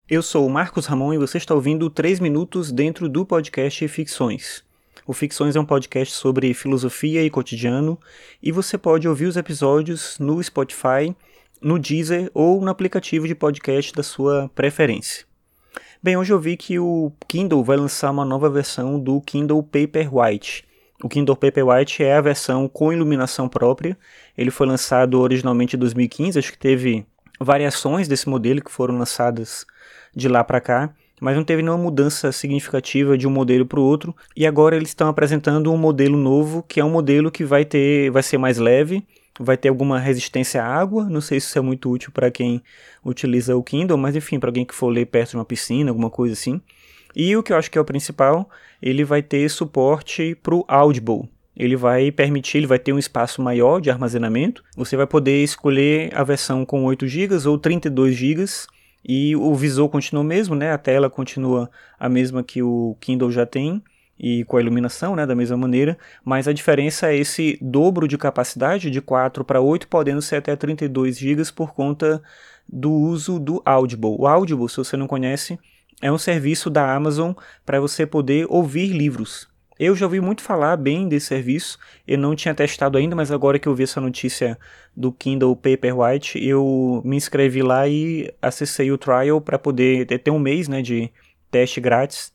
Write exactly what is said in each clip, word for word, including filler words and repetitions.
Eu sou o Marcos Ramon e você está ouvindo três minutos dentro do podcast Ficções. O Ficções é um podcast sobre filosofia e cotidiano e você pode ouvir os episódios no Spotify, no Deezer ou no aplicativo de podcast da sua preferência. Bem, hoje eu vi que o Kindle vai lançar uma nova versão do Kindle Paperwhite. O Kindle Paperwhite é a versão com iluminação própria. Ele foi lançado originalmente em dois mil e quinze, acho que teve variações desse modelo que foram lançadas de lá para cá, mas não teve nenhuma mudança significativa de um modelo para o outro, e agora eles estão apresentando um modelo novo, que é um modelo que vai ter, vai ser mais leve, vai ter alguma resistência à água, não sei se isso é muito útil para quem utiliza o Kindle, mas enfim, para alguém que for ler perto de uma piscina, alguma coisa assim. E o que eu acho que é o principal, ele vai ter suporte para o Audible. Ele vai permitir, ele vai ter um espaço maior de armazenamento, você vai poder escolher a versão com oito gigas ou trinta e dois gigas, e o visor continua o mesmo, né? A tela continua a mesma que o Kindle já tem, e com a iluminação, né, da mesma maneira, mas a diferença é esse dobro de capacidade, de quatro para oito, podendo ser até trinta e dois gigas por conta do uso do Audible. O Audible, se você não conhece, é um serviço da Amazon para você poder ouvir livros. Eu já ouvi muito falar bem desse serviço, eu não tinha testado ainda, mas agora que eu vi essa notícia do Kindle Paperwhite, eu me inscrevi lá e acessei o trial para poder ter um mês, né, de teste grátis.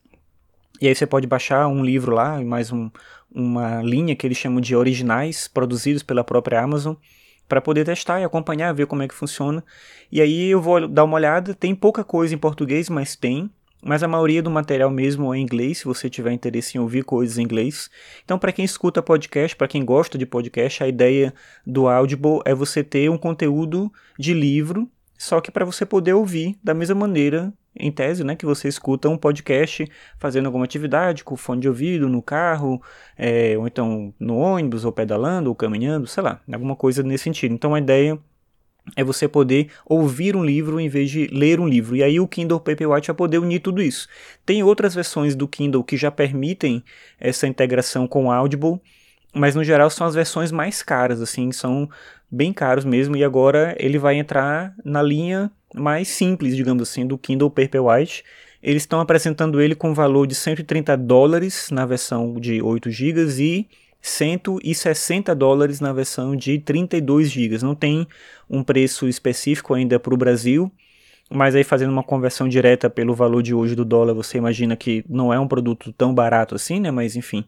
E aí você pode baixar um livro lá, mais um, uma linha que eles chamam de originais, produzidos pela própria Amazon, para poder testar e acompanhar, ver como é que funciona. E aí eu vou dar uma olhada, tem pouca coisa em português, mas tem. Mas a maioria do material mesmo é em inglês, se você tiver interesse em ouvir coisas em inglês. Então, para quem escuta podcast, para quem gosta de podcast, a ideia do Audible é você ter um conteúdo de livro, só que para você poder ouvir da mesma maneira, em tese, né, que você escuta um podcast fazendo alguma atividade, com fone de ouvido, no carro, é, ou então no ônibus, ou pedalando, ou caminhando, sei lá, alguma coisa nesse sentido. Então, a ideia é você poder ouvir um livro em vez de ler um livro. E aí o Kindle Paperwhite vai poder unir tudo isso. Tem outras versões do Kindle que já permitem essa integração com o Audible, mas no geral são as versões mais caras, assim, são bem caros mesmo. E agora ele vai entrar na linha mais simples, digamos assim, do Kindle Paperwhite. Eles estão apresentando ele com valor de cento e trinta dólares na versão de oito gigas e cento e sessenta dólares na versão de trinta e dois gigas. Não tem um preço específico ainda para o Brasil, mas aí fazendo uma conversão direta pelo valor de hoje do dólar, você imagina que não é um produto tão barato assim, né? Mas enfim,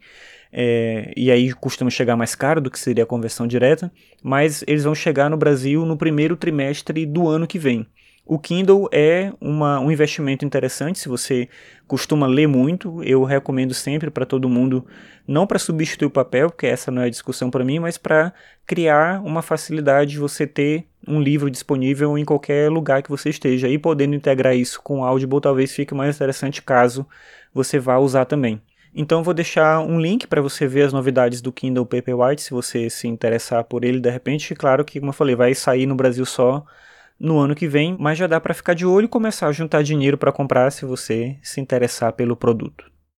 é, e aí costuma chegar mais caro do que seria a conversão direta, mas eles vão chegar no Brasil no primeiro trimestre do ano que vem. O Kindle é uma, um investimento interessante se você costuma ler muito. Eu recomendo sempre para todo mundo, não para substituir o papel, porque essa não é a discussão para mim, mas para criar uma facilidade de você ter um livro disponível em qualquer lugar que você esteja. E podendo integrar isso com o Audible, talvez fique mais interessante caso você vá usar também. Então vou deixar um link para você ver as novidades do Kindle Paperwhite, se você se interessar por ele de repente. Claro que, como eu falei, vai sair no Brasil só no ano que vem, mas já dá para ficar de olho e começar a juntar dinheiro para comprar se você se interessar pelo produto.